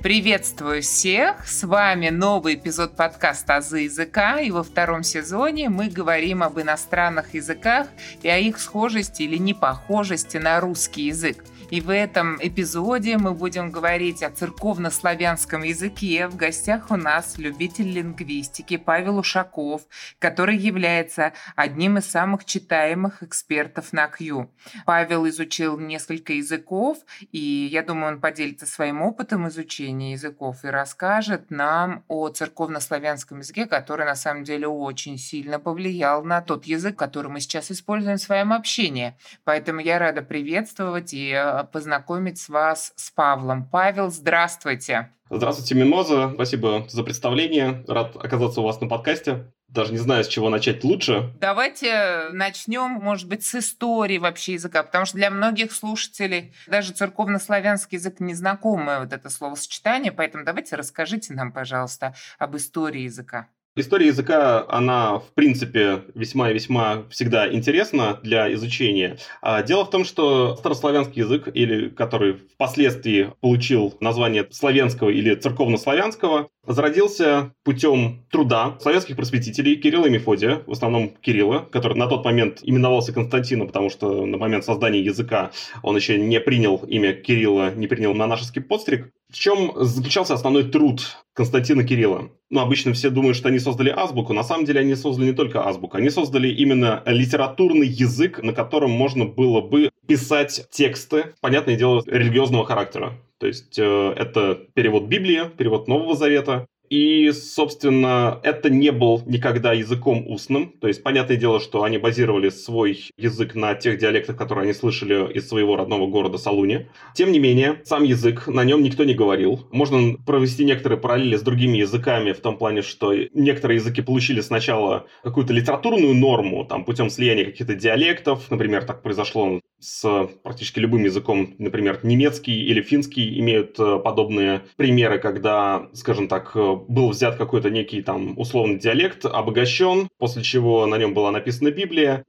Приветствую всех! С вами новый эпизод подкаста «Азы языка», и во втором сезоне мы говорим об иностранных языках и о их схожести или непохожести на русский язык. И в этом эпизоде мы будем говорить о церковнославянском языке. В гостях у нас любитель лингвистики Павел Ушаков, который является одним из самых читаемых экспертов на Q. Павел изучил несколько языков, и я думаю, он поделится своим опытом изучения языков и расскажет нам о церковнославянском языке, который на самом деле очень сильно повлиял на тот язык, который мы сейчас используем в своем общении. Поэтому я рада приветствовать и познакомить вас с Павлом. Павел, здравствуйте. Здравствуйте, Мимоза. Спасибо за представление. Рад оказаться у вас на подкасте. Даже не знаю, с чего начать лучше. Давайте начнем, может быть, с истории вообще языка, потому что для многих слушателей даже церковнославянский язык незнакомое вот это словосочетание, поэтому давайте расскажите нам, пожалуйста, об истории языка. История языка, она, в принципе, весьма и весьма всегда интересна для изучения. Дело в том, что старославянский язык, или который впоследствии получил название славянского или церковнославянского, зародился путем труда славянских просветителей Кирилла и Мефодия, в основном Кирилла, который на тот момент именовался Константином, потому что на момент создания языка он еще не принял имя Кирилла, не принял монашеский подстриг. В чем заключался основной труд Константина Кирилла? Обычно все думают, что они создали азбуку. На самом деле они создали не только азбуку, они создали именно литературный язык, на котором можно было бы писать тексты, понятное дело, религиозного характера. То есть это перевод Библии, перевод Нового Завета. И, собственно, это не был никогда языком устным. То есть, понятное дело, что они базировали свой язык на тех диалектах, которые они слышали из своего родного города Салуни. Тем не менее, сам язык, на нем никто не говорил. Можно провести некоторые параллели с другими языками в том плане, что некоторые языки получили сначала какую-то литературную норму, там, путем слияния каких-то диалектов. Например, так произошло с практически любым языком. Например, немецкий или финский имеют подобные примеры, когда, скажем так, был взят какой-то некий там условный диалект, обогащен, после чего на нем была написана Библия,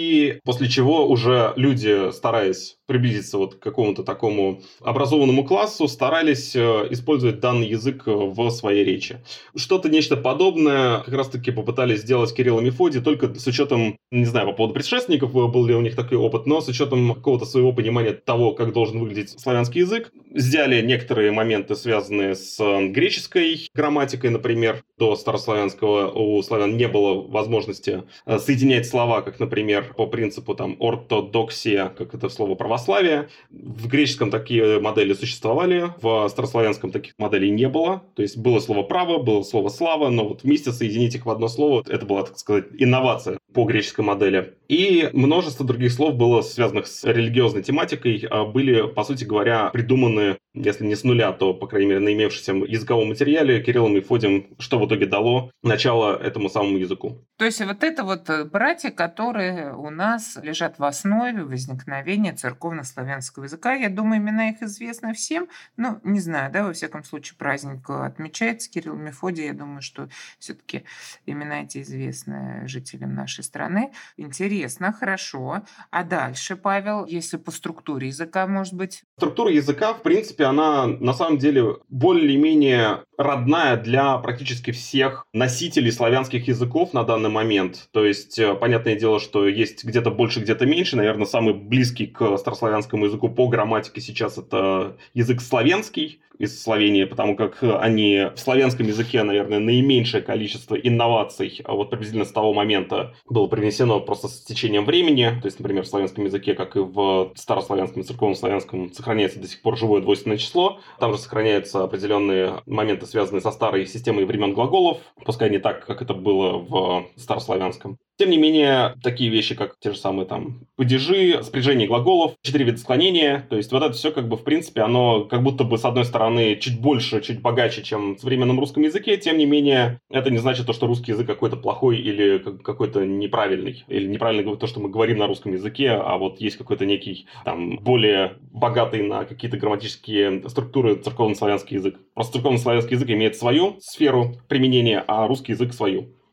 и после чего уже люди, стараясь приблизиться вот к какому-то такому образованному классу, старались использовать данный язык в своей речи. Что-то, нечто подобное как раз-таки попытались сделать Кирилл и Мефодий, только с учетом, не знаю, по поводу предшественников, был ли у них такой опыт, но с учетом какого-то своего понимания того, как должен выглядеть славянский язык. Взяли некоторые моменты, связанные с греческой грамматикой, например. До старославянского у славян не было возможности соединять слова, как, например, по принципу там ортодоксия, как это слово православие. В греческом такие модели существовали, в старославянском таких моделей не было. То есть было слово право, было слово слава, но вот вместе соединить их в одно слово, это была, так сказать, инновация по греческой модели. И множество других слов было связанных с религиозной тематикой, были, по сути говоря, придуманы, если не с нуля, то, по крайней мере, на имевшемся языковом материале Кириллом и Мефодием, что в итоге дало начало этому самому языку. То есть вот это вот братья, которые у нас лежат в основе возникновения церковнославянского языка. Я думаю, имена их известны всем. Ну, не знаю, да, во всяком случае, праздник отмечается Кирилл и Мефодий. Я думаю, что все-таки имена эти известны жителям нашей страны. Интересно, хорошо. А дальше, Павел, если по структуре языка, может быть? Структура языка, в принципе, она на самом деле более-менее родная для практически всех носителей славянских языков на данный момент. То есть, понятное дело, что есть где-то больше, где-то меньше. Наверное, самый близкий к старославянскому языку по грамматике сейчас это язык славянский из Словении, потому как они в славянском языке, наверное, наименьшее количество инноваций вот приблизительно с того момента было привнесено просто с течением времени. То есть, например, в славянском языке, как и в старославянском и церковнославянском, сохраняется до сих пор живое двойственное число. Там же сохраняются определенные моменты, связанные со старой системой времен глаголов, пускай не так, как это было в старославянском. Тем не менее, такие вещи, как те же самые там падежи, спряжение глаголов, 4 вида склонения, то есть вот это все в принципе, оно как будто бы с одной стороны чуть больше, чуть богаче, чем в современном русском языке, тем не менее, это не значит то, что русский язык какой-то плохой или какой-то неправильный, или неправильно то, что мы говорим на русском языке, а вот есть какой-то некий там более богатый на какие-то грамматические структуры церковнославянский язык. Просто церковнославянский язык имеет свою сферу применения, а русский язык свою.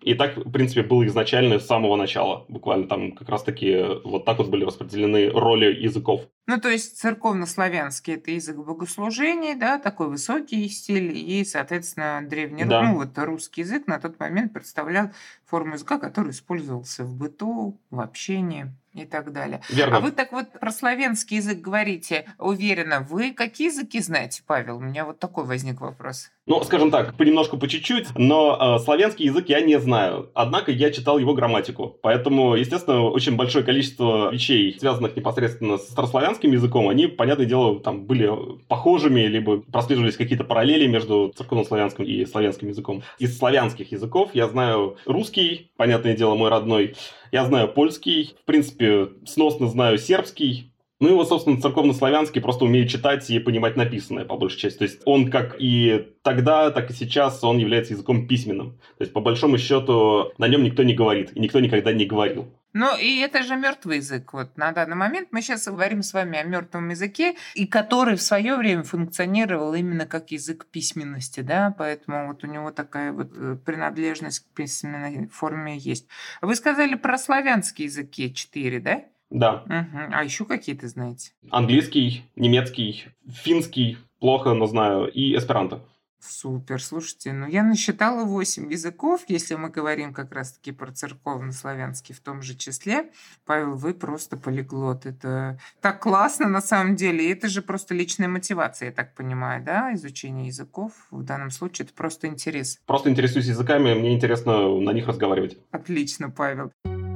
И так, в принципе, было изначально с самого начала. Буквально там как раз-таки вот так вот были распределены роли языков. Ну, то есть церковнославянский – это язык богослужений, да, такой высокий стиль, и, соответственно, Да. вот русский язык на тот момент представлял форму языка, который использовался в быту, в общении и так далее. А вы Верно. так вот про славянский язык говорите уверенно. Вы какие языки знаете, Павел? У меня вот такой возник вопрос. Ну, скажем так, понемножку, по чуть-чуть, но славянский язык я не знаю. Однако я читал его грамматику. Поэтому, естественно, очень большое количество вещей, связанных непосредственно с старославянским языком, они, понятное дело, там были похожими, либо прослеживались какие-то параллели между церковнославянским и славянским языком. Из славянских языков я знаю русский, понятное дело, мой родной. Я знаю польский, в принципе, сносно знаю сербский. Ну и вот, собственно, церковнославянский просто умею читать и понимать написанное, по большей части. То есть он как и тогда, так и сейчас, он является языком письменным. То есть, по большому счету, на нем никто не говорит, и никто никогда не говорил. Ну, и это же мертвый язык. Вот на данный момент мы сейчас говорим с вами о мертвом языке, и который в свое время функционировал именно как язык письменности, да, поэтому вот у него такая вот принадлежность к письменной форме есть. Вы сказали про славянские языки 4, да? Да. Угу. А еще какие-то знаете? Английский, немецкий, финский, плохо, но знаю, и эсперанто. Супер, слушайте, ну я насчитала 8 языков, если мы говорим как раз-таки про церковнославянский в том же числе. Павел, вы просто полиглот. Это так классно на самом деле. И это же просто личная мотивация, я так понимаю, да, изучение языков. В данном случае это просто интерес. Просто интересуюсь языками, мне интересно на них разговаривать. Отлично, Павел.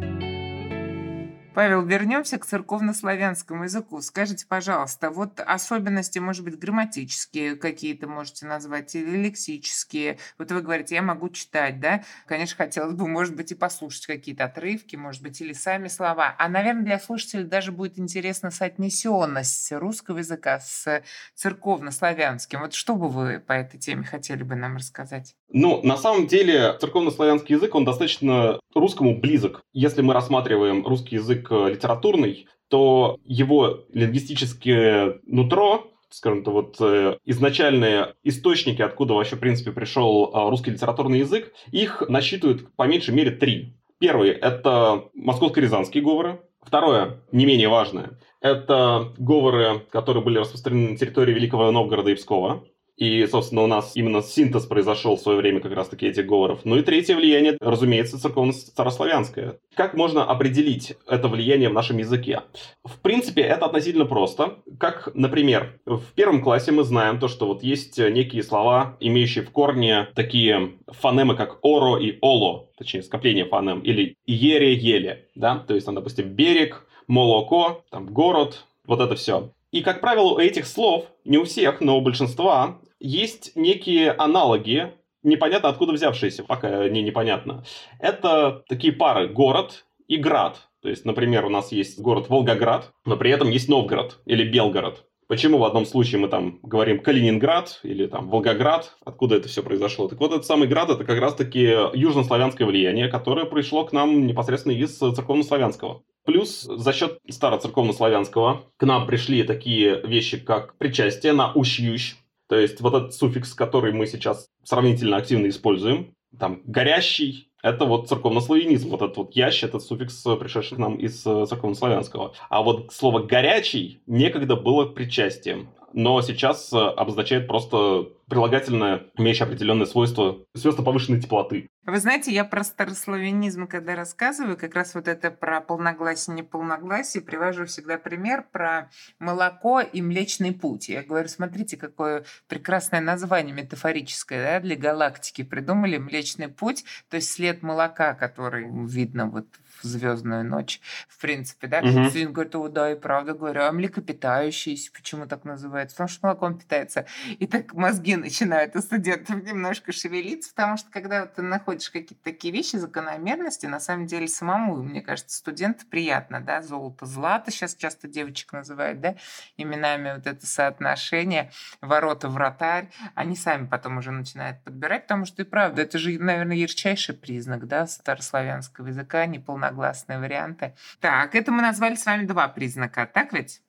Павел, вернемся к церковнославянскому языку. Скажите, пожалуйста, вот особенности, может быть, грамматические какие-то можете назвать или лексические. Вот вы говорите, я могу читать, да? Конечно, хотелось бы, может быть, и послушать какие-то отрывки, может быть, или сами слова. А, наверное, для слушателей даже будет интересна соотнесенность русского языка с церковнославянским. Вот что бы вы по этой теме хотели бы нам рассказать? Ну, на самом деле, церковнославянский язык, он достаточно русскому близок. Если мы рассматриваем русский язык литературный, то его лингвистическое нутро, скажем так, вот изначальные источники, откуда вообще, в принципе, пришел русский литературный язык, их насчитывают по меньшей мере 3. Первый – это московско-рязанские говоры. Второе, не менее важное, это говоры, которые были распространены на территории Великого Новгорода и Пскова. И, собственно, у нас именно синтез произошел в свое время как раз-таки этих говоров. Ну и третье влияние, разумеется, церковно-старославянское. Как можно определить это влияние в нашем языке? В принципе, это относительно просто. Как, например, в первом классе мы знаем то, что вот есть некие слова, имеющие в корне такие фонемы, как оро и оло, точнее, скопление фонем, или ере-еле, да? То есть, там, допустим, берег, молоко, там, город, вот это все. И, как правило, у этих слов, не у всех, но у большинства, есть некие аналоги, непонятно откуда взявшиеся, пока непонятно. Это такие пары город и град. То есть, например, у нас есть город Волгоград, но при этом есть Новгород или Белгород. Почему в одном случае мы там говорим Калининград или там Волгоград, откуда это все произошло? Так вот, этот самый град — это как раз-таки южнославянское влияние, которое пришло к нам непосредственно из церковнославянского. Плюс за счет староцерковнославянского к нам пришли такие вещи, как причастие на ущ-ющ. То есть вот этот суффикс, который мы сейчас сравнительно активно используем, там горящий, это вот церковнославянизм. Вот этот вот ящ, этот суффикс, пришедший к нам из церковнославянского. А вот слово горячий некогда было причастием, но сейчас обозначает просто прилагательное, имеющее определенное свойство повышенной теплоты. Вы знаете, я про старославянизм, когда рассказываю, как раз вот это про полногласие, неполногласие, привожу всегда пример про молоко и Млечный Путь. Я говорю, смотрите, какое прекрасное название метафорическое, да, для галактики придумали Млечный Путь, то есть след молока, который видно вот в звездную ночь, в принципе, да. Студент говорит, о, да, и правда, говорю, а млекопитающиеся, почему так называется? Потому что молоком питается. И так мозги начинают у студентов немножко шевелиться, потому что когда ты находишь какие-то такие вещи, закономерности, на самом деле самому, мне кажется, студенту приятно, да, золото, злато, сейчас часто девочек называют, да, именами вот это соотношение, ворота, вратарь, они сами потом уже начинают подбирать, потому что и правда, это же, наверное, ярчайший признак, да, старославянского языка, неполногласные варианты. Так, это мы назвали с вами 2 признака, так ведь?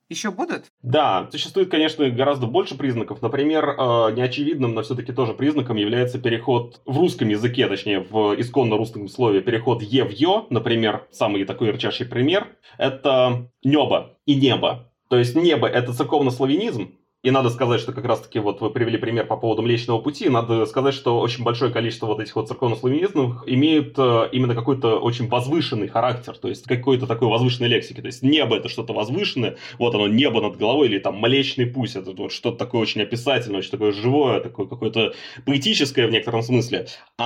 Еще будут? Да, существует, конечно, гораздо больше признаков. Например, неочевидным, но все-таки тоже признаком является переход в русском языке, точнее, в исконно русском слове, переход «е» в «ё». Например, самый такой ярчайший пример – это «нёбо» и «небо». То есть «небо» – это церковнославянизм. И надо сказать, что как раз-таки вот вы привели пример по поводу Млечного Пути. Надо сказать, что очень большое количество вот этих вот церковнославянизмов имеют именно какой-то очень возвышенный характер, то есть какой-то такой возвышенной лексики. То есть небо — это что-то возвышенное, вот оно, небо над головой, или там Млечный Путь — это вот что-то такое очень описательное, очень такое живое, такое какое-то поэтическое в некотором смысле.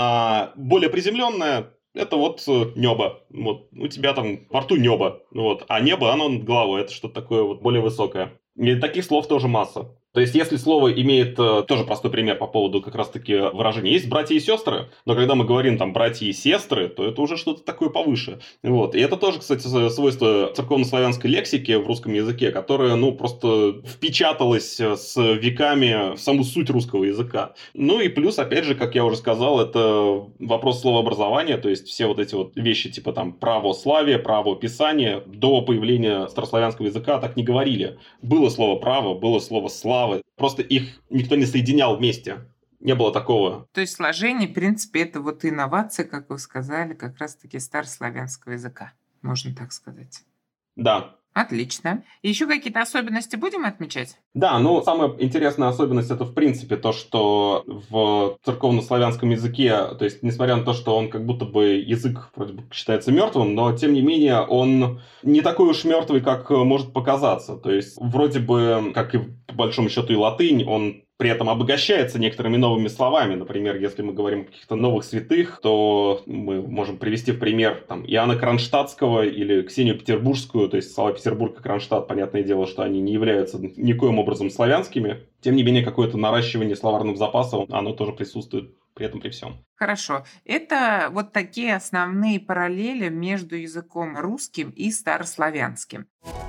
А более приземленное — это вот небо. Вот у тебя там во рту небо, вот, а небо, оно над головой, это что-то такое вот более высокое. И таких слов тоже масса. То есть, если слово имеет, тоже простой пример по поводу как раз-таки выражения, есть братья и сестры, но когда мы говорим там братья и сестры, то это уже что-то такое повыше. Вот. И это тоже, кстати, свойство церковнославянской лексики в русском языке, которая, ну, просто впечаталась с веками в саму суть русского языка. Ну и плюс, опять же, как я уже сказал, это вопрос словообразования, то есть все вот эти вот вещи типа там православие, правописание до появления старославянского языка так не говорили. Было слово право, было слово слава. Просто их никто не соединял вместе. Не было такого. То есть сложение, в принципе, это вот инновация, как вы сказали, как раз-таки старославянского языка. Можно так сказать. Да. Отлично. Еще какие-то особенности будем отмечать? Да, ну, самая интересная особенность — это, в принципе, то, что в церковнославянском языке, то есть, несмотря на то, что он как будто бы язык вроде бы считается мертвым, но, тем не менее, он не такой уж мертвый, как может показаться. То есть, вроде бы, как и по большому счету и латынь, он при этом обогащается некоторыми новыми словами. Например, если мы говорим о каких-то новых святых, то мы можем привести в пример там, Иоанна Кронштадтского или Ксению Петербургскую. То есть слова Петербург и Кронштадт, понятное дело, что они не являются никоим образом славянскими. Тем не менее, какое-то наращивание словарных запасов, оно тоже присутствует при этом при всем. Хорошо. Это вот такие основные параллели между языком русским и старославянским.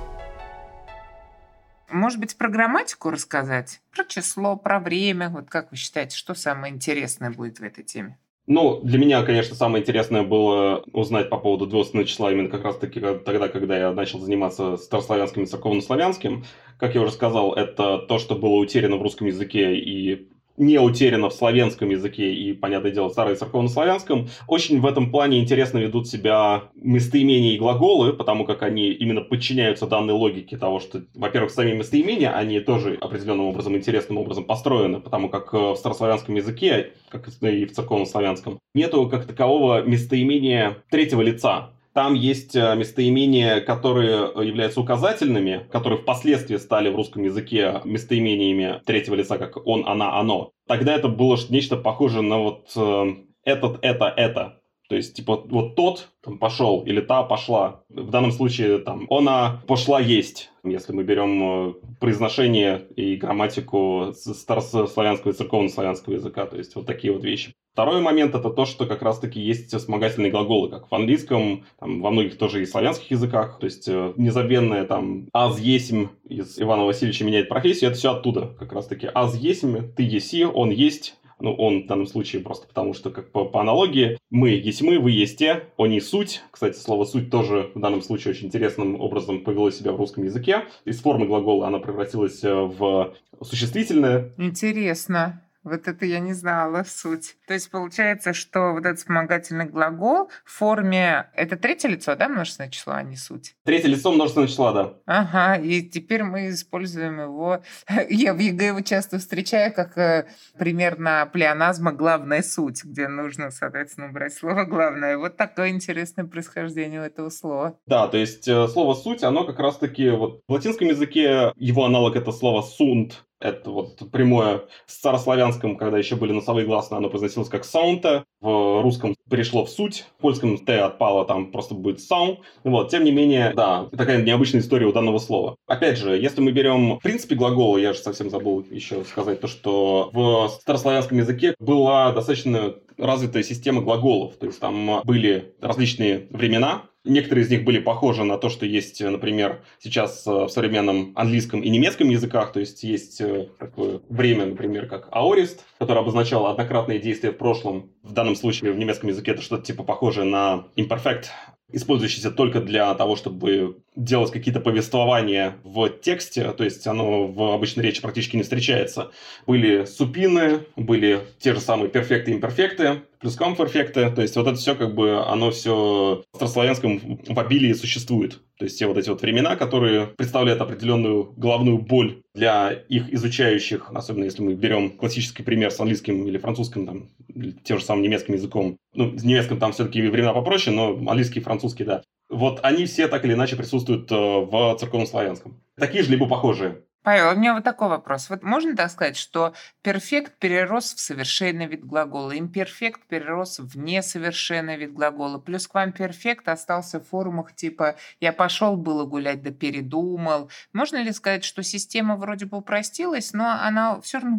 Может быть, про грамматику рассказать? Про число, про время? Вот как вы считаете, что самое интересное будет в этой теме? Ну, для меня, конечно, самое интересное было узнать по поводу двойственного числа именно как раз-таки тогда, когда я начал заниматься старославянским и церковнославянским. Как я уже сказал, это то, что было утеряно в русском языке и не утеряно в славянском языке и, понятное дело, в староцерковнославянском. Очень в этом плане интересно ведут себя местоимения и глаголы, потому как они именно подчиняются данной логике того, что, во-первых, сами местоимения, они тоже определенным образом, интересным образом построены, потому как в старославянском языке, как и в церковнославянском, нету как такового местоимения третьего лица. Там есть местоимения, которые являются указательными, которые впоследствии стали в русском языке местоимениями третьего лица, как он, она, оно. Тогда это было нечто похожее на вот этот, это. То есть, типа, вот тот там, пошел или та пошла. В данном случае, там, она пошла есть. Если мы берем произношение и грамматику старославянского и церковнославянского языка. То есть, вот такие вот вещи. Второй момент — это то, что как раз-таки есть вспомогательные глаголы, как в английском, там, во многих тоже и славянских языках. То есть, незабвенное там «аз есмь» из Ивана Васильевича меняет профессию. Это все оттуда как раз-таки. «Аз есмь», «ты еси», «он есть». Ну, он в данном случае просто потому, что, как по аналогии, мы есть мы, вы есть те, они суть. Кстати, слово «суть» тоже в данном случае очень интересным образом повело себя в русском языке. Из формы глагола она превратилась в существительное. Интересно. Вот это я не знала, суть. То есть получается, что вот этот вспомогательный глагол в форме... Это третье лицо, да, множественное число, а не суть? Третье лицо множественного числа, да. Ага, и теперь мы используем его... Я в ЕГЭ его часто встречаю как примерно плеоназма «главная суть», где нужно, соответственно, убрать слово «главное». Вот такое интересное происхождение у этого слова. Да, то есть слово «суть», оно как раз-таки... Вот в латинском языке его аналог — это слово «sunt». Это вот прямое в старославянском, когда еще были носовые гласные, оно произносилось как «саунта». В русском перешло в «суть». В польском «т» отпало, там просто будет «саун». Вот, тем не менее, да, такая необычная история у данного слова. Опять же, если мы берем в принципе глаголы, я же совсем забыл еще сказать то, что в старославянском языке была достаточно развитая система глаголов. То есть там были различные времена. Некоторые из них были похожи на то, что есть, например, сейчас в современном английском и немецком языках. То есть есть такое время, например, как аорист, которое обозначало однократные действия в прошлом. В данном случае в немецком языке это что-то типа похожее на imperfect. использующееся только для того, чтобы делать какие-то повествования в тексте, то есть оно в обычной речи практически не встречается. Были супины, были те же самые перфекты и имперфекты, плюскомперфекты, то есть вот это все оно все в старославянском в обилии существует. То есть все вот эти вот времена, которые представляют определенную головную боль для их изучающих, особенно если мы берем классический пример с английским или французским, тем же самым немецким языком. С немецким там все-таки времена попроще, но английский и французский, да. Вот они все так или иначе присутствуют в церковнославянском. Такие же, либо похожие. Павел, у меня вот такой вопрос. Вот можно так сказать, что перфект перерос в совершенный вид глагола, имперфект перерос в несовершенный вид глагола, плюсквамперфект остался в формах типа «я пошел было гулять, да передумал». Можно ли сказать, что система вроде бы упростилась, но она все равно,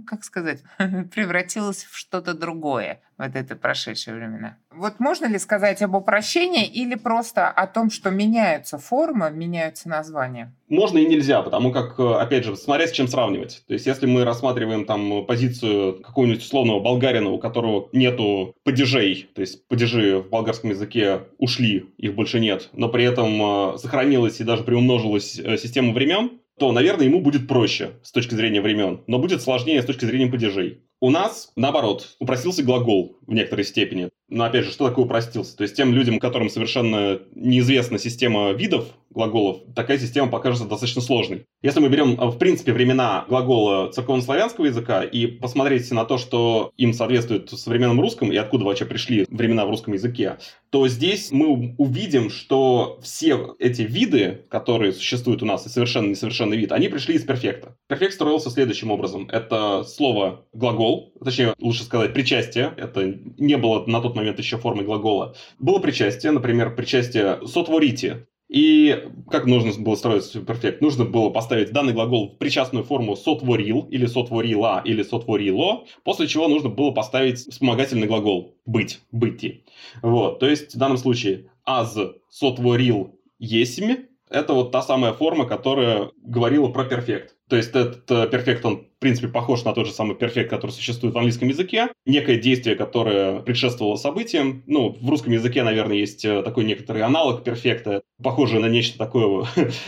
превратилась в что-то другое? Вот это прошедшие времена. Вот можно ли сказать об упрощении или просто о том, что меняются формы, меняются названия? Можно и нельзя, потому как, опять же, смотря с чем сравнивать. То есть, если мы рассматриваем позицию какого-нибудь условного болгарина, у которого нету падежей, то есть падежи в болгарском языке ушли, их больше нет, но при этом сохранилась и даже приумножилась система времен, то, наверное, ему будет проще с точки зрения времен, но будет сложнее с точки зрения падежей. У нас, наоборот, упростился глагол в некоторой степени. Но, опять же, что такое упростился? То есть, тем людям, которым совершенно неизвестна система видов глаголов, такая система покажется достаточно сложной. Если мы берем, в принципе, времена глагола церковнославянского языка и посмотреть на то, что им соответствует в современном русском и откуда вообще пришли времена в русском языке, то здесь мы увидим, что все эти виды, которые существуют у нас, и совершенно несовершенный вид, они пришли из перфекта. Перфект строился следующим образом. Это слово глагол, точнее, лучше сказать, причастие. Это не было на тот момент еще формой глагола. Было причастие, например, причастие «сотворите». И как нужно было строить суперперфект? Нужно было поставить данный глагол в причастную форму «сотворил» или «сотворила» или «сотворило», после чего нужно было поставить вспомогательный глагол «быть», «быти». Вот, то есть в данном случае «аз сотворил есмь» — это вот та самая форма, которая говорила про перфект. То есть этот перфект, он, в принципе, похож на тот же самый перфект, который существует в английском языке. Некое действие, которое предшествовало событиям. В русском языке, наверное, есть такой некоторый аналог перфекта, похожий на нечто такое.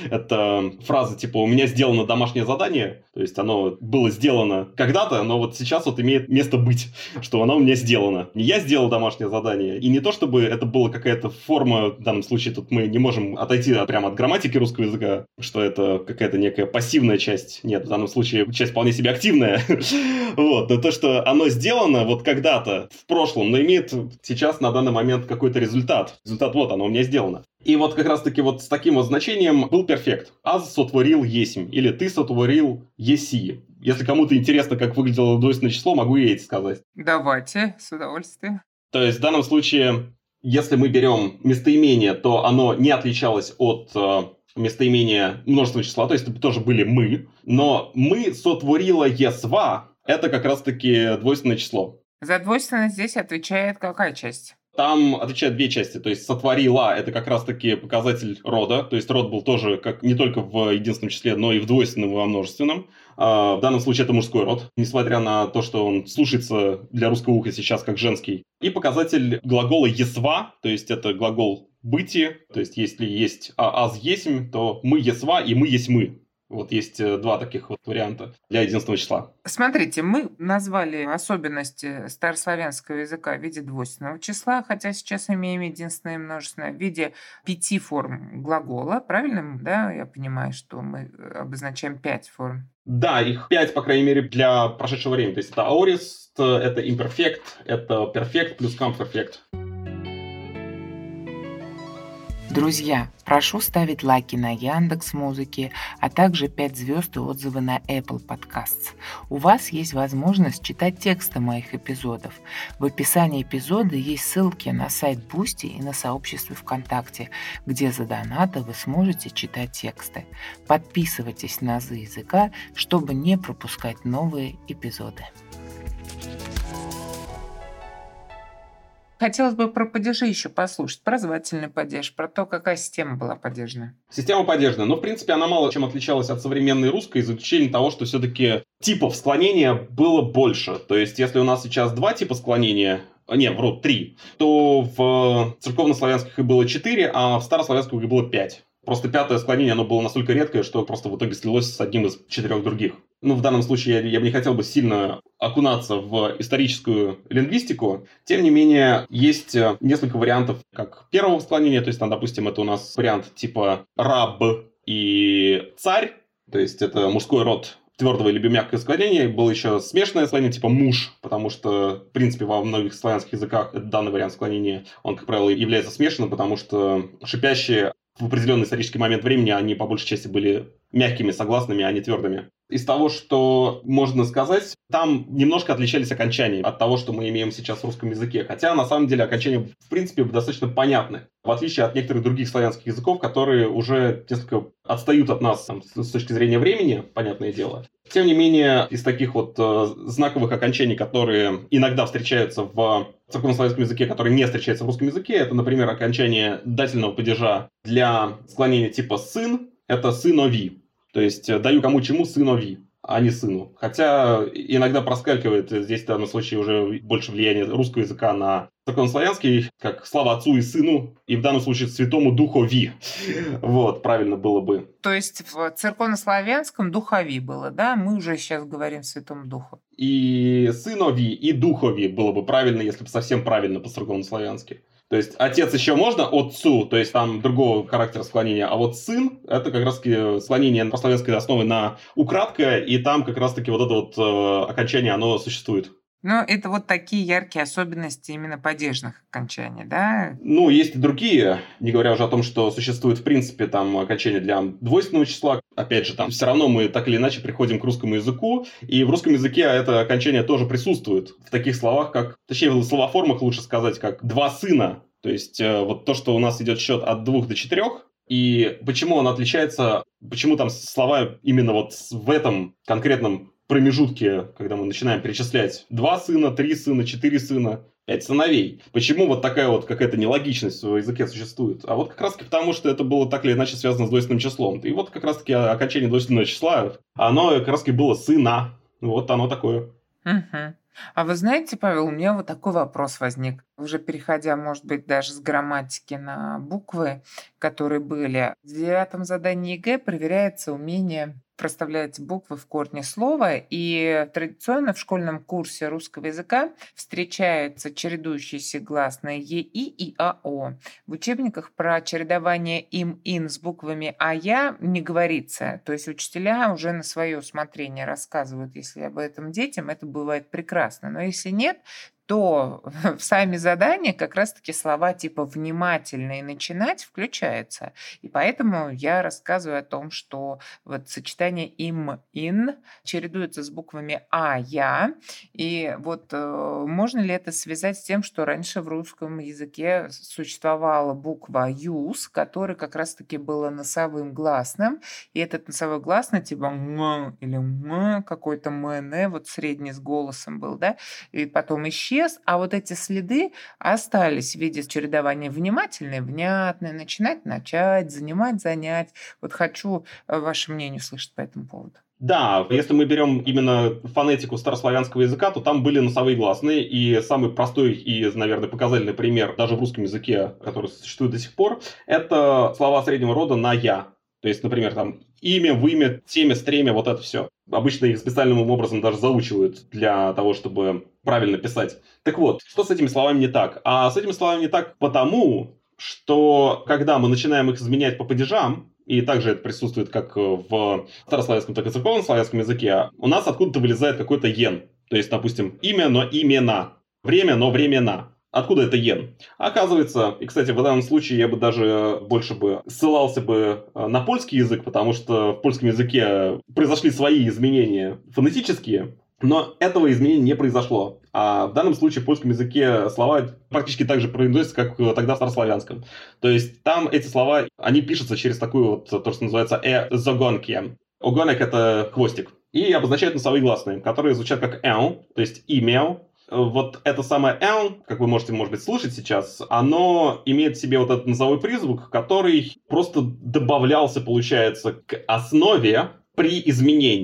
Это фраза типа «у меня сделано домашнее задание». То есть оно было сделано когда-то, но вот сейчас вот имеет место быть, что оно у меня сделано. Не я сделал домашнее задание, и не то, чтобы это была какая-то форма, в данном случае тут мы не можем отойти прямо от грамматики русского языка, что это какая-то некая пассивная часть. Нет, в данном случае часть вполне себе активная. Вот, но то, что оно сделано вот когда-то в прошлом, но имеет сейчас на данный момент какой-то результат. Результат вот, оно у меня сделано. И вот как раз-таки вот с таким вот значением был перфект. «Аз сотворил есмь» или «ты сотворил еси». Если кому-то интересно, как выглядело двойственное число, могу и эти сказать. Давайте, с удовольствием. То есть в данном случае, если мы берем местоимение, то оно не отличалось от местоимения множественного числа, то есть это тоже были «мы», но «мы сотворила есва» — это как раз-таки двойственное число. За двойственность здесь отвечает какая часть? Там отвечают две части, то есть «сотворила» — это как раз-таки показатель рода, то есть род был тоже как не только в единственном числе, но и в двойственном и во множественном. В данном случае это мужской род, несмотря на то, что он слушается для русского уха сейчас как женский. И показатель глагола «есва», то есть это глагол «быти», то есть если есть «аз есмь», то «мы есва» и «мы есть мы». Вот есть два таких вот варианта для единственного числа. Смотрите, мы назвали особенности старославянского языка в виде двойственного числа, хотя сейчас имеем единственное и множественное в виде 5 форм глагола. Правильно, да? Я понимаю, что мы обозначаем 5 форм. Да, их 5, по крайней мере, для прошедшего времени. То есть это аорист, это имперфект, это перфект плюс камперфект. Друзья, прошу ставить лайки на Яндекс.Музыке, а также 5 звезд и отзывы на Apple Podcasts. У вас есть возможность читать тексты моих эпизодов. В описании эпизода есть ссылки на сайт Boosty и на сообщество ВКонтакте, где за донаты вы сможете читать тексты. Подписывайтесь на Азы языка, чтобы не пропускать новые эпизоды. Хотелось бы про падежи еще послушать, про звательный падеж, про то, какая система была падежная. Система падежная, но в принципе она мало чем отличалась от современной русской из исключения того, что все-таки типов склонения было больше. То есть если у нас сейчас 2 типа склонения, не, вру, 3, то в церковнославянских их было 4, а в старославянских их было 5. Просто пятое склонение, оно было настолько редкое, что просто в итоге слилось с одним из 4 других. Ну, в данном случае я бы не хотел бы сильно окунаться в историческую лингвистику. Тем не менее, есть несколько вариантов как первого склонения, то есть, там, допустим, это у нас вариант типа раб и царь, то есть это мужской род твердого или мягкое склонение. Было еще смешанное склонение типа муж, потому что, в принципе, во многих славянских языках данный вариант склонения, он, как правило, является смешанным, потому что шипящие в определенный исторический момент времени они по большей части были мягкими согласными, а не твердыми. Из того, что можно сказать, там немножко отличались окончания от того, что мы имеем сейчас в русском языке. Хотя, на самом деле, окончания, в принципе, достаточно понятны. В отличие от некоторых других славянских языков, которые уже несколько отстают от нас там, с точки зрения времени, понятное дело. Тем не менее, из таких вот знаковых окончаний, которые иногда встречаются в церковнославянском языке, которые не встречаются в русском языке, это, например, окончание дательного падежа для склонения типа «сын», это «сынови». То есть даю кому чему сынови, а не сыну. Хотя иногда проскакивает здесь в данном случае уже больше влияние русского языка на церковнославянский, как слава отцу и сыну, и в данном случае святому духови. Вот, правильно было бы. То есть в церковнославянском духови было, да? Мы уже сейчас говорим святому духу. И сынови, и духови было бы правильно, если бы совсем правильно по-церковнославянски. То есть отец еще можно отцу, то есть там другого характера склонения, а вот сын, это как раз-таки склонение по славянской основе на украдкое, и там как раз-таки вот это вот окончание, оно существует. Ну, это вот такие яркие особенности именно падежных окончаний, да? Ну, есть и другие, не говоря уже о том, что существует, в принципе, там окончание для двойственного числа. Опять же, там все равно мы так или иначе приходим к русскому языку, и в русском языке это окончание тоже присутствует в таких словах, как, точнее, в словоформах лучше сказать, как «два сына». То есть, вот то, что у нас идет счет от 2 до 4, и почему он отличается, почему там слова именно вот в этом конкретном промежутке, когда мы начинаем перечислять 2 сына, 3 сына, 4 сына, 5 сыновей. Почему вот такая вот какая-то нелогичность в языке существует? А вот как раз-таки потому, что это было так или иначе связано с двойственным числом. И вот как раз-таки окончание двойственного числа, оно как раз-таки было сына. Вот оно такое. Угу. А вы знаете, Павел, у меня вот такой вопрос возник. Уже переходя, может быть, даже с грамматики на буквы, которые были. В 9 задании ЕГЭ проверяется умение проставлять буквы в корне слова, и традиционно в школьном курсе русского языка встречаются чередующиеся гласные ЕИ и АО. В учебниках про чередование им-ин с буквами АЯ не говорится. То есть учителя уже на свое усмотрение рассказывают, если об этом детям, это бывает прекрасно. Но если нет, то в сами задания как раз-таки слова типа «внимательно» и «начинать» включаются. И поэтому я рассказываю о том, что вот сочетание «им-ин» чередуется с буквами «а-я». И вот можно ли это связать с тем, что раньше в русском языке существовала буква «юз», которая как раз-таки была носовым гласным, и этот носовой гласный типа «м» или «м», какой-то «мн», вот средний с голосом был, да, и потом исчез, а вот эти следы остались в виде чередования внимательное, внятное, начинать, начать, занимать, занять. Вот хочу ваше мнение услышать по этому поводу. Да, если мы берем именно фонетику старославянского языка, то там были носовые гласные, и самый простой и, наверное, показательный пример даже в русском языке, который существует до сих пор, это слова среднего рода на «я». То есть, например, там имя, вымя, темя, стремя, вот это все. Обычно их специальным образом даже заучивают для того, чтобы правильно писать. Так вот, что с этими словами не так? А с этими словами не так потому, что когда мы начинаем их изменять по падежам, и также это присутствует как в старославянском, так и церковнославянском языке, у нас откуда-то вылезает какой-то «ен». То есть, допустим, имя, но имена. Время, но времена. Откуда это «ен»? Оказывается, и, кстати, в данном случае я бы даже больше бы ссылался бы на польский язык, потому что в польском языке произошли свои изменения фонетические, но этого изменения не произошло. А в данном случае в польском языке слова практически так же произносятся, как тогда в старославянском. То есть там эти слова, они пишутся через такую вот, то, что называется «зогонки». Огонек — это хвостик. И обозначают носовые гласные, которые звучат как «эл», то есть «имел». Вот это самое «эл», как вы можете, может быть, слышать сейчас, оно имеет в себе вот этот носовой призвук, который просто добавлялся, получается, к основе при изменении.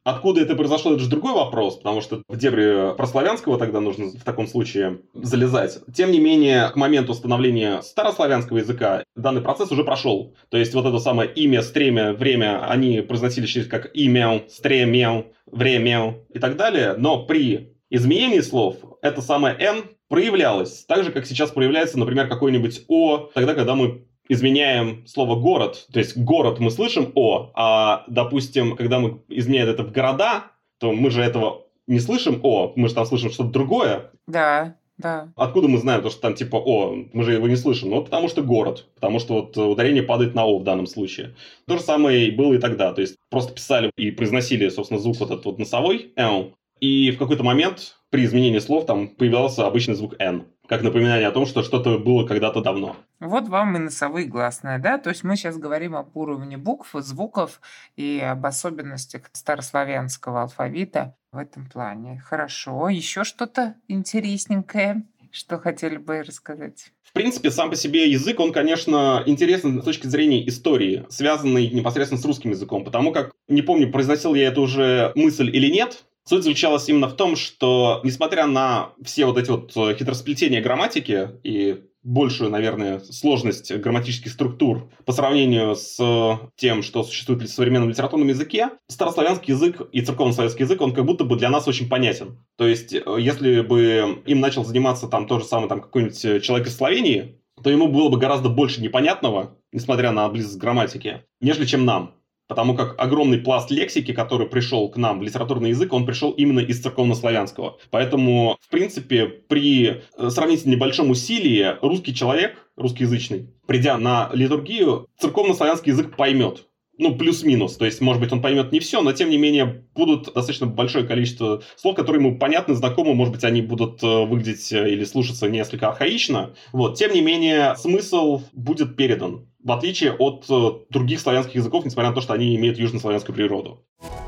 Откуда это произошло, это же другой вопрос, потому что в дебри прославянского тогда нужно в таком случае залезать. Тем не менее, к моменту становления старославянского языка данный процесс уже прошел. То есть вот это самое имя, стремя, время, они произносились через как имя, стремя, время и так далее, но при изменении слов это самое «н» проявлялось, так же, как сейчас проявляется, например, какой-нибудь «о», тогда, когда мы изменяем слово «город», то есть «город» мы слышим «о», а, допустим, когда мы изменяем это в «города», то мы же этого не слышим «о», мы же там слышим что-то другое. Да, да. Откуда мы знаем то, что там типа «о», мы же его не слышим? Ну, потому что «город», потому что вот ударение падает на «о» в данном случае. То же самое было и тогда, то есть просто писали и произносили, собственно, звук вот этот вот носовой «эл», и в какой-то момент при изменении слов там появлялся обычный звук «н», как напоминание о том, что что-то было когда-то давно. Вот вам и носовые гласные, да? То есть мы сейчас говорим об уровне букв, звуков и об особенностях старославянского алфавита в этом плане. Хорошо. Еще что-то интересненькое, что хотели бы рассказать? В принципе, сам по себе язык, он, конечно, интересен с точки зрения истории, связанный непосредственно с русским языком, потому как, не помню, произносил я эту уже мысль или нет, суть заключалась именно в том, что, несмотря на все вот эти вот хитросплетения грамматики и большую, наверное, сложность грамматических структур по сравнению с тем, что существует в современном литературном языке, старославянский язык и церковнославянский язык, он как будто бы для нас очень понятен. То есть, если бы им начал заниматься там тот же самый там какой-нибудь человек из Словении, то ему было бы гораздо больше непонятного, несмотря на близость к грамматике, нежели чем нам. Потому как огромный пласт лексики, который пришел к нам в литературный язык, он пришел именно из церковнославянского. Поэтому, в принципе, при сравнительно небольшом усилии русский человек, русскоязычный, придя на литургию, церковнославянский язык поймет. Ну, плюс-минус. То есть, может быть, он поймет не все, но, тем не менее, будут достаточно большое количество слов, которые ему понятны, знакомы. Может быть, они будут выглядеть или слушаться несколько архаично. Вот. Тем не менее, смысл будет передан. В отличие от других славянских языков, несмотря на то, что они имеют южнославянскую природу.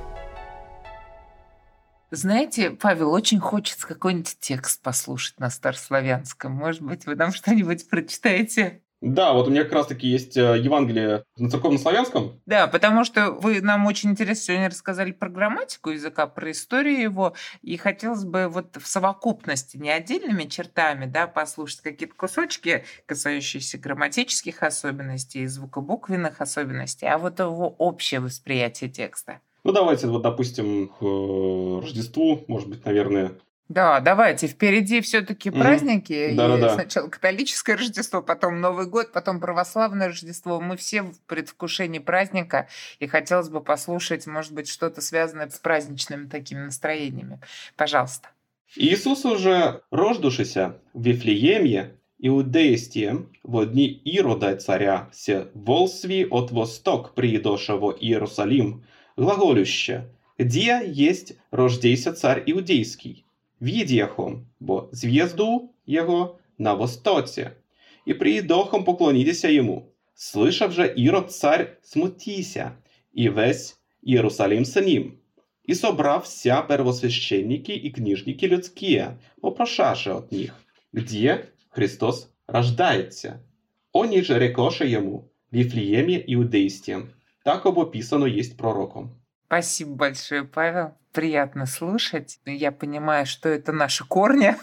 Знаете, Павел, очень хочется какой-нибудь текст послушать на старославянском. Может быть, вы нам что-нибудь прочитаете? Да, вот у меня как раз-таки есть Евангелие на церковнославянском. Да, потому что вы нам очень интересно сегодня рассказали про грамматику языка, про историю его, и хотелось бы вот в совокупности, не отдельными чертами, да, послушать какие-то кусочки, касающиеся грамматических особенностей и звукобуквенных особенностей, а вот его общее восприятие текста. Ну, давайте вот, допустим, к Рождеству, может быть, наверное. Да, давайте. Впереди все-таки праздники. И Да-да-да. сначала католическое Рождество, потом Новый год, потом православное Рождество. Мы все в предвкушении праздника, и хотелось бы послушать, может быть, что-то связанное с праздничными такими настроениями. Пожалуйста. Иисус уже рождушися в Вифлеемі, Иудействием, во дни Ирода царя, се волсви от восток приидоша во Иерусалим, глаголюще, где есть рождейся царь Иудейский. Видяхом, бо звезду его на востоце, и приидохом поклонитеся ему. Слышав же Ирод царь смутися, и весь Иерусалим с ним. И собрав вся первосвященники и книжники людские, вопрошаше от них, где Христос рождается. Они же рекоше ему, в Вифлееме Иудействием, так обописано есть пророком. Спасибо большое, Павел. Приятно слушать. Я понимаю, что это наши корни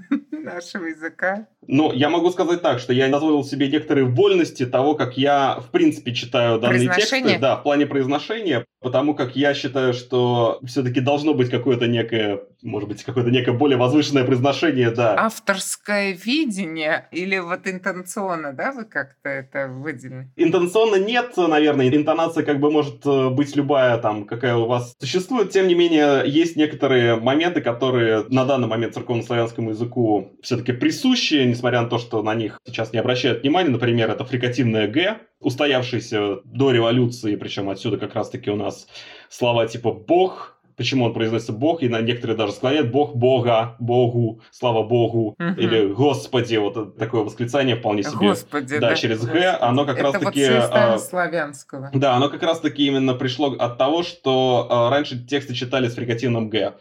нашего языка. Ну, я могу сказать так, что я позволил себе некоторые вольности того, как я, в принципе, читаю данные тексты. Да, в плане произношения, потому как я считаю, что все-таки должно быть какое-то некое, может быть, какое-то некое более возвышенное произношение, да. Авторское видение или вот интонационно, да, вы как-то это выделили? Интонационно нет, наверное. Интонация как бы может быть любая, там, какая у вас существует. Тем не менее, есть некоторые моменты, которые на данный момент церковнославянскому языку все-таки присущи, несмотря на то, что на них сейчас не обращают внимания. Например, это фрикативное «г», устоявшееся до революции, причем отсюда как раз-таки у нас слова типа «бог». Почему он произносится «бог», и на некоторые даже склоняют «бог», «бога», «богу», «слава богу», или «господи», вот такое восклицание вполне себе. Господи, да, через «г», Господи. оно как раз-таки... Это вот старославянского. Да, оно как раз-таки именно пришло от того, что раньше тексты читали с фрикативным «г».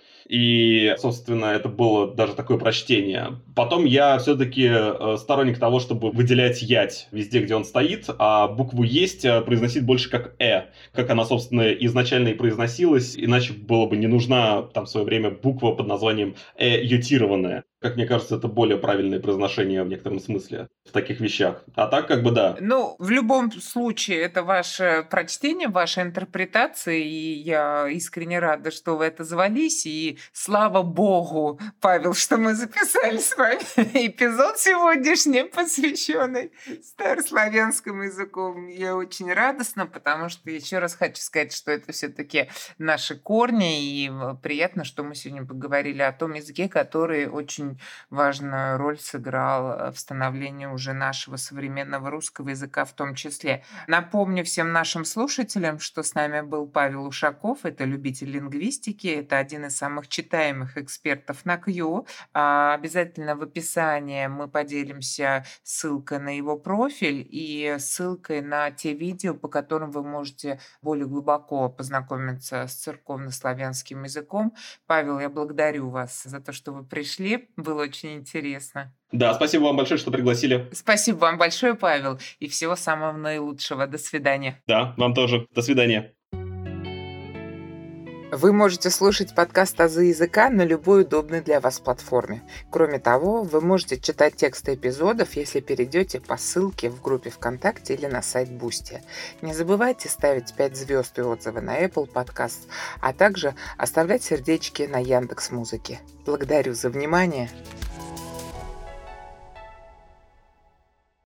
И, собственно, это было даже такое прочтение. Потом я все-таки сторонник того, чтобы выделять «ять» везде, где он стоит, а букву «есть» произносить больше как «э», как она, собственно, изначально и произносилась, иначе было было бы не нужна там в свое время буква под названием ютированная. Как мне кажется, это более правильное произношение в некотором смысле в таких вещах. А так как бы да. Ну, в любом случае, это ваше прочтение, ваша интерпретация, и я искренне рада, что вы это звались, и слава богу, Павел, что мы записали с вами эпизод сегодняшний, посвященный старославянскому языку. Я очень радостна, потому что еще раз хочу сказать, что это все-таки наши корни, и приятно, что мы сегодня поговорили о том языке, который очень важную роль сыграл в становлении уже нашего современного русского языка в том числе. Напомню всем нашим слушателям, что с нами был Павел Ушаков, это любитель лингвистики, это один из самых читаемых экспертов на Q. Обязательно в описании мы поделимся ссылкой на его профиль и ссылкой на те видео, по которым вы можете более глубоко познакомиться с церковнославянским языком. Павел, я благодарю вас за то, что вы пришли. Было очень интересно. Да, спасибо вам большое, что пригласили. Спасибо вам большое, Павел, и всего самого наилучшего. До свидания. Да, вам тоже. До свидания. Вы можете слушать подкаст «Азы языка» на любой удобной для вас платформе. Кроме того, вы можете читать тексты эпизодов, если перейдете по ссылке в группе ВКонтакте или на сайт Boosty. Не забывайте ставить 5 звезд и отзывы на Apple Podcast, а также оставлять сердечки на Яндекс.Музыке. Благодарю за внимание.